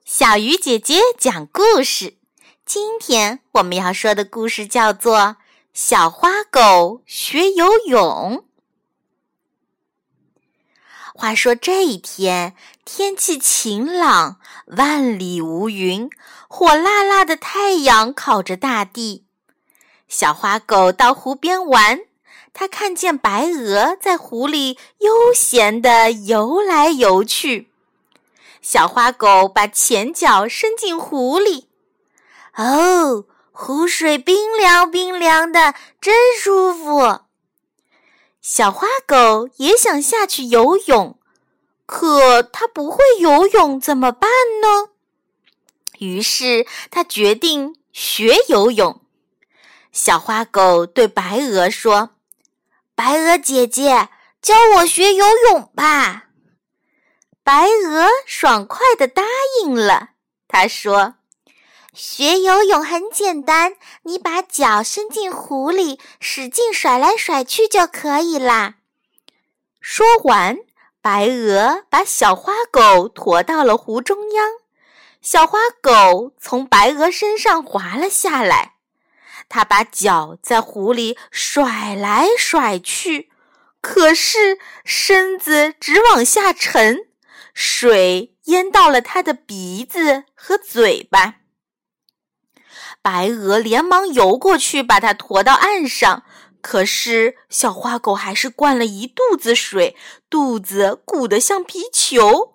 小鱼姐姐讲故事。今天我们要说的故事叫做《小花狗学游泳》。话说这一天，天气晴朗，万里无云，火辣辣的太阳烤着大地。小花狗到湖边玩，它看见白鹅在湖里悠闲地游来游去。小花狗把前脚伸进湖里，哦，湖水冰凉冰凉的，真舒服。小花狗也想下去游泳，可它不会游泳怎么办呢？于是它决定学游泳。小花狗对白鹅说：“白鹅姐姐，教我学游泳吧。”白鹅爽快地答应了。他说：“学游泳很简单，你把脚伸进湖里，使劲甩来甩去就可以啦。”说完，白鹅把小花狗驮到了湖中央。小花狗从白鹅身上滑了下来，它把脚在湖里甩来甩去，可是身子直往下沉，水淹到了它的鼻子和嘴巴。白鹅连忙游过去把它驮到岸上，可是小花狗还是灌了一肚子水，肚子鼓得像皮球。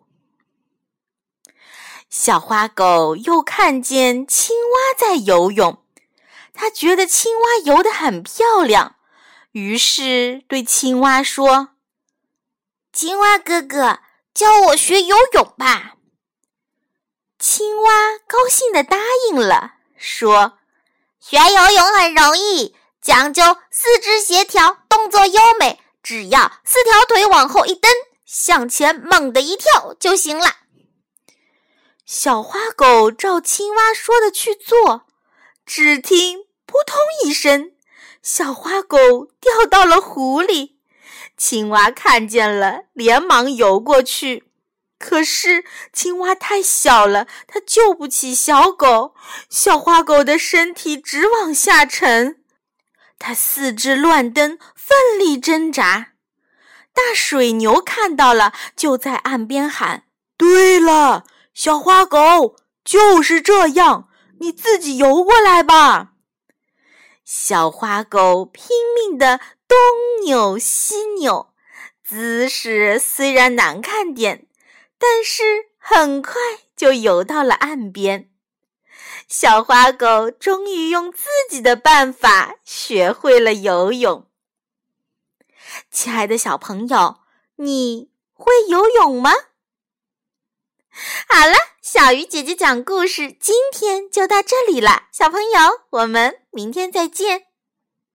小花狗又看见青蛙在游泳，它觉得青蛙游得很漂亮，于是对青蛙说：“青蛙哥哥，教我学游泳吧。”青蛙高兴地答应了，说：“学游泳很容易，讲究四肢协调，动作优美，只要四条腿往后一蹬，向前猛地一跳就行了。”小花狗照青蛙说的去做，只听扑通一声，小花狗掉到了湖里。青蛙看见了，连忙游过去，可是青蛙太小了，它救不起小狗。小花狗的身体直往下沉，它四肢乱蹬，奋力挣扎。大水牛看到了，就在岸边喊：“对了，小花狗，就是这样，你自己游过来吧。”小花狗拼命地东扭西扭，姿势虽然难看点，但是很快就游到了岸边。小花狗终于用自己的办法学会了游泳。亲爱的小朋友，你会游泳吗？好了，小鱼姐姐讲故事今天就到这里了，小朋友，我们明天再见。